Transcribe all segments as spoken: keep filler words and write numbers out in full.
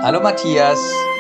Hallo Matthias.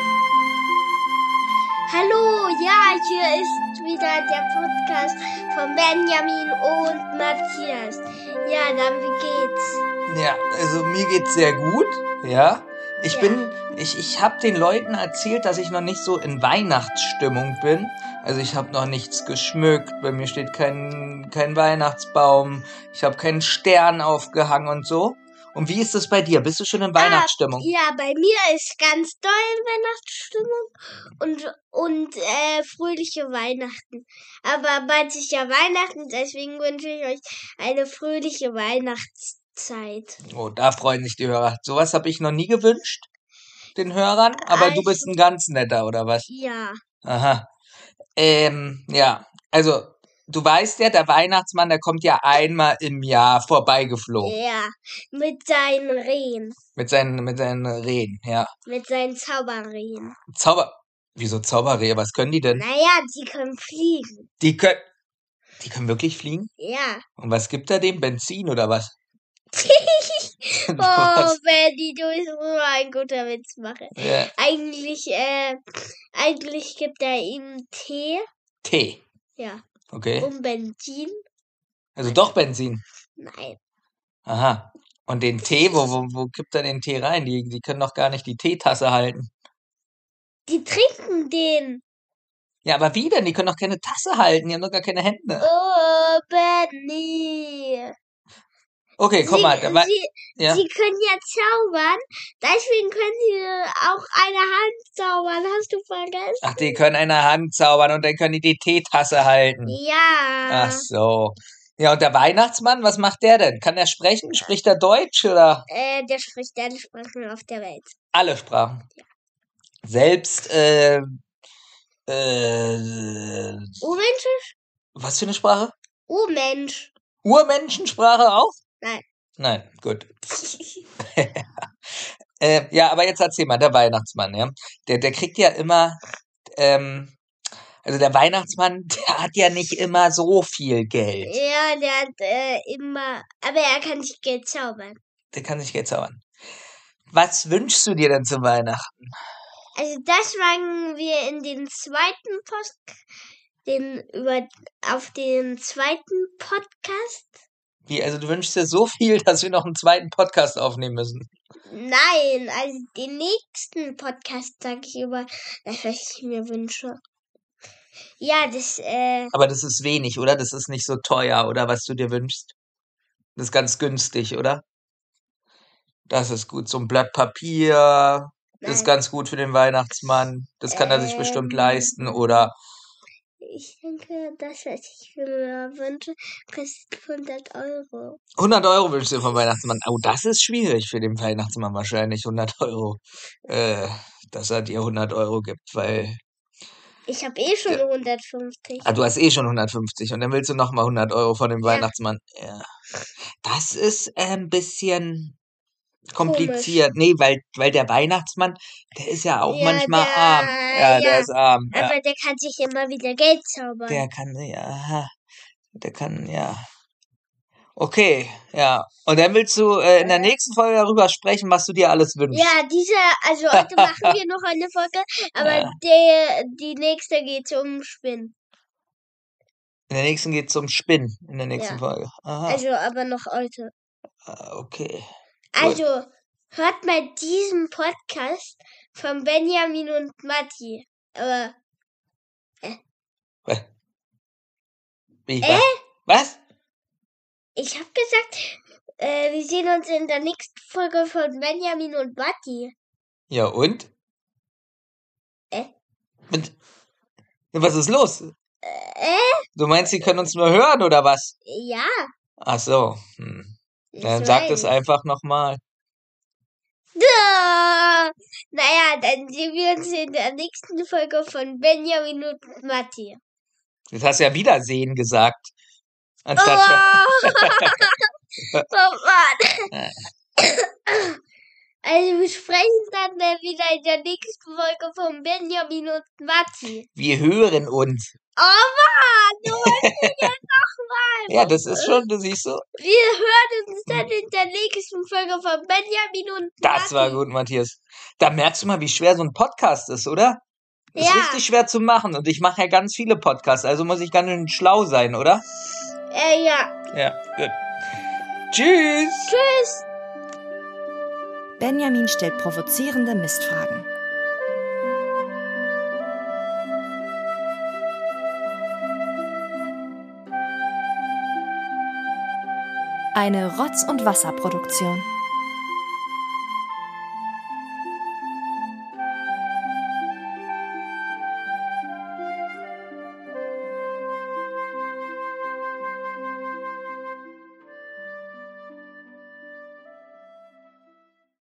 Hallo, ja, hier ist wieder der Podcast von Benjamin und Matthias. Ja, dann wie geht's? Ja, also mir geht's sehr gut, ja. Ich Ja. bin, ich, ich habe den Leuten erzählt, dass ich noch nicht so in Weihnachtsstimmung bin. Also ich habe noch nichts geschmückt, bei mir steht kein, kein Weihnachtsbaum, ich habe keinen Stern aufgehangen und so. Und wie ist es bei dir? Bist du schon in Weihnachtsstimmung? Ah, ja, bei mir ist ganz doll Weihnachtsstimmung und, und äh, fröhliche Weihnachten. Aber bald ist ja Weihnachten, deswegen wünsche ich euch eine fröhliche Weihnachtszeit. Oh, da freuen sich die Hörer. Sowas habe ich noch nie gewünscht, den Hörern. Aber du bist Also, ein ganz netter, oder was? ja, Aha. Ähm, ja, also du weißt ja, der Weihnachtsmann, der kommt ja einmal im Jahr vorbeigeflogen ja, mit seinen Rehen, mit seinen mit seinen Rehen, ja. mit seinen Zauberrehen. Zauber Wieso Zauberrehe? Was können die denn? Naja, die können fliegen. Die können die können wirklich fliegen? Ja. Und was gibt er dem? Benzin oder was? Oh, Was? Benny, du bist nur ein guter Witz machen. Ja, Eigentlich, äh, eigentlich gibt er ihm Tee, Tee. ja, Okay. und Benzin. Also doch Benzin. Nein. Aha. Und den Tee, wo, wo, wo gibt er den Tee rein? Die, die können doch gar nicht die Teetasse halten. Die trinken den. Ja, aber wie denn? Die können doch keine Tasse halten. Die haben doch gar keine Hände. Oh, Benny. Okay, komm Sie, mal. Da war, sie, ja. sie können ja zaubern, deswegen können sie auch eine Hand zaubern. Hast du vergessen? Ach, die können eine Hand zaubern und dann können die die Teetasse halten. Ja. Ach so. Ja, und der Weihnachtsmann, was macht der denn? Kann er sprechen? Spricht er Deutsch oder Äh, der spricht alle Sprachen auf der Welt. alle Sprachen? Selbst, äh, äh, Urmensch? was für eine Sprache? Urmensch. Urmenschensprache auch? Nein. Nein, gut. Äh, ja, aber jetzt erzähl mal, der Weihnachtsmann, ja. Der, der kriegt ja immer, ähm, also der Weihnachtsmann, der hat ja nicht immer so viel Geld. Ja, der hat äh, immer, aber er kann sich Geld zaubern. Der kann sich Geld zaubern. Was wünschst du dir denn zu Weihnachten? Also das machen wir in den zweiten Post, den über auf den zweiten Podcast. Wie, also du wünschst dir so viel, dass wir noch einen zweiten Podcast aufnehmen müssen. Nein, also den nächsten Podcast sage ich über das, was ich mir wünsche. Ja, das, äh, Aber das ist wenig, oder? Das ist nicht so teuer, oder was du dir wünschst? Das ist ganz günstig, oder? Das ist gut. So ein Blatt Papier ist nein. ganz gut für den Weihnachtsmann. Das kann er sich bestimmt leisten, oder? Ich denke, das, was ich mir wünsche, kostet hundert Euro. hundert Euro wünschst du dir vom Weihnachtsmann. Oh, das ist schwierig für den Weihnachtsmann wahrscheinlich, hundert Euro. Äh, dass er dir hundert Euro gibt, weil... Ich habe eh schon Ja. hundertfünfzig. Ah, du hast eh schon hundertfünfzig und dann willst du nochmal hundert Euro von dem Ja. Weihnachtsmann. Ja. Das ist äh, ein bisschen Komisch. kompliziert. Nee, weil, weil der Weihnachtsmann, der ist ja auch Ja, manchmal der, arm. Ja, der ja, ist arm. Ja. aber der kann sich immer wieder Geld zaubern. Der kann, ja, der kann, ja. Okay, ja. Und dann willst du äh, in der nächsten Folge darüber sprechen, was du dir alles wünschst. Ja, diese, also heute machen wir noch eine Folge, aber Ja. der, die nächste geht um Spinnen. In der nächsten geht es um Spinnen, in der nächsten Ja. Folge. Aha, Also, aber noch heute. ah, okay. Also, hört mal diesen Podcast von Benjamin und Matti. Aber, Gut. Wie, Äh? was? Was? ich hab gesagt, äh, wir sehen uns in der nächsten Folge von Benjamin und Matti. Ja, und? Äh? Mit, was ist los? Äh? Du meinst, sie können uns nur hören, oder was? Ja. Ach so. Hm. das Dann sag meine das ich. einfach nochmal. Da. Naja, dann sehen wir uns in der nächsten Folge von Benjamin und Matti. Jetzt hast du ja Wiedersehen gesagt. Anstatt Oh, oh Mann. Ja. Also sprechen dann äh, wieder in der nächsten Folge von Benjamin und Matti. Wir hören uns. Oh Mann, du wolltest mich jetzt nochmal. Ja, das ist schon, du siehst so. Wir hören uns dann in der nächsten Folge von Benjamin und Matti. Das war gut, Matthias. Da merkst du mal, wie schwer so ein Podcast ist, oder? Ist Ja. richtig schwer zu machen. Und ich mache ja ganz viele Podcasts, also muss ich ganz schön schlau sein, oder? Äh, ja. Ja, gut. Tschüss. Tschüss. Benjamin stellt provozierende Mistfragen. Eine Rotz- und Wasserproduktion.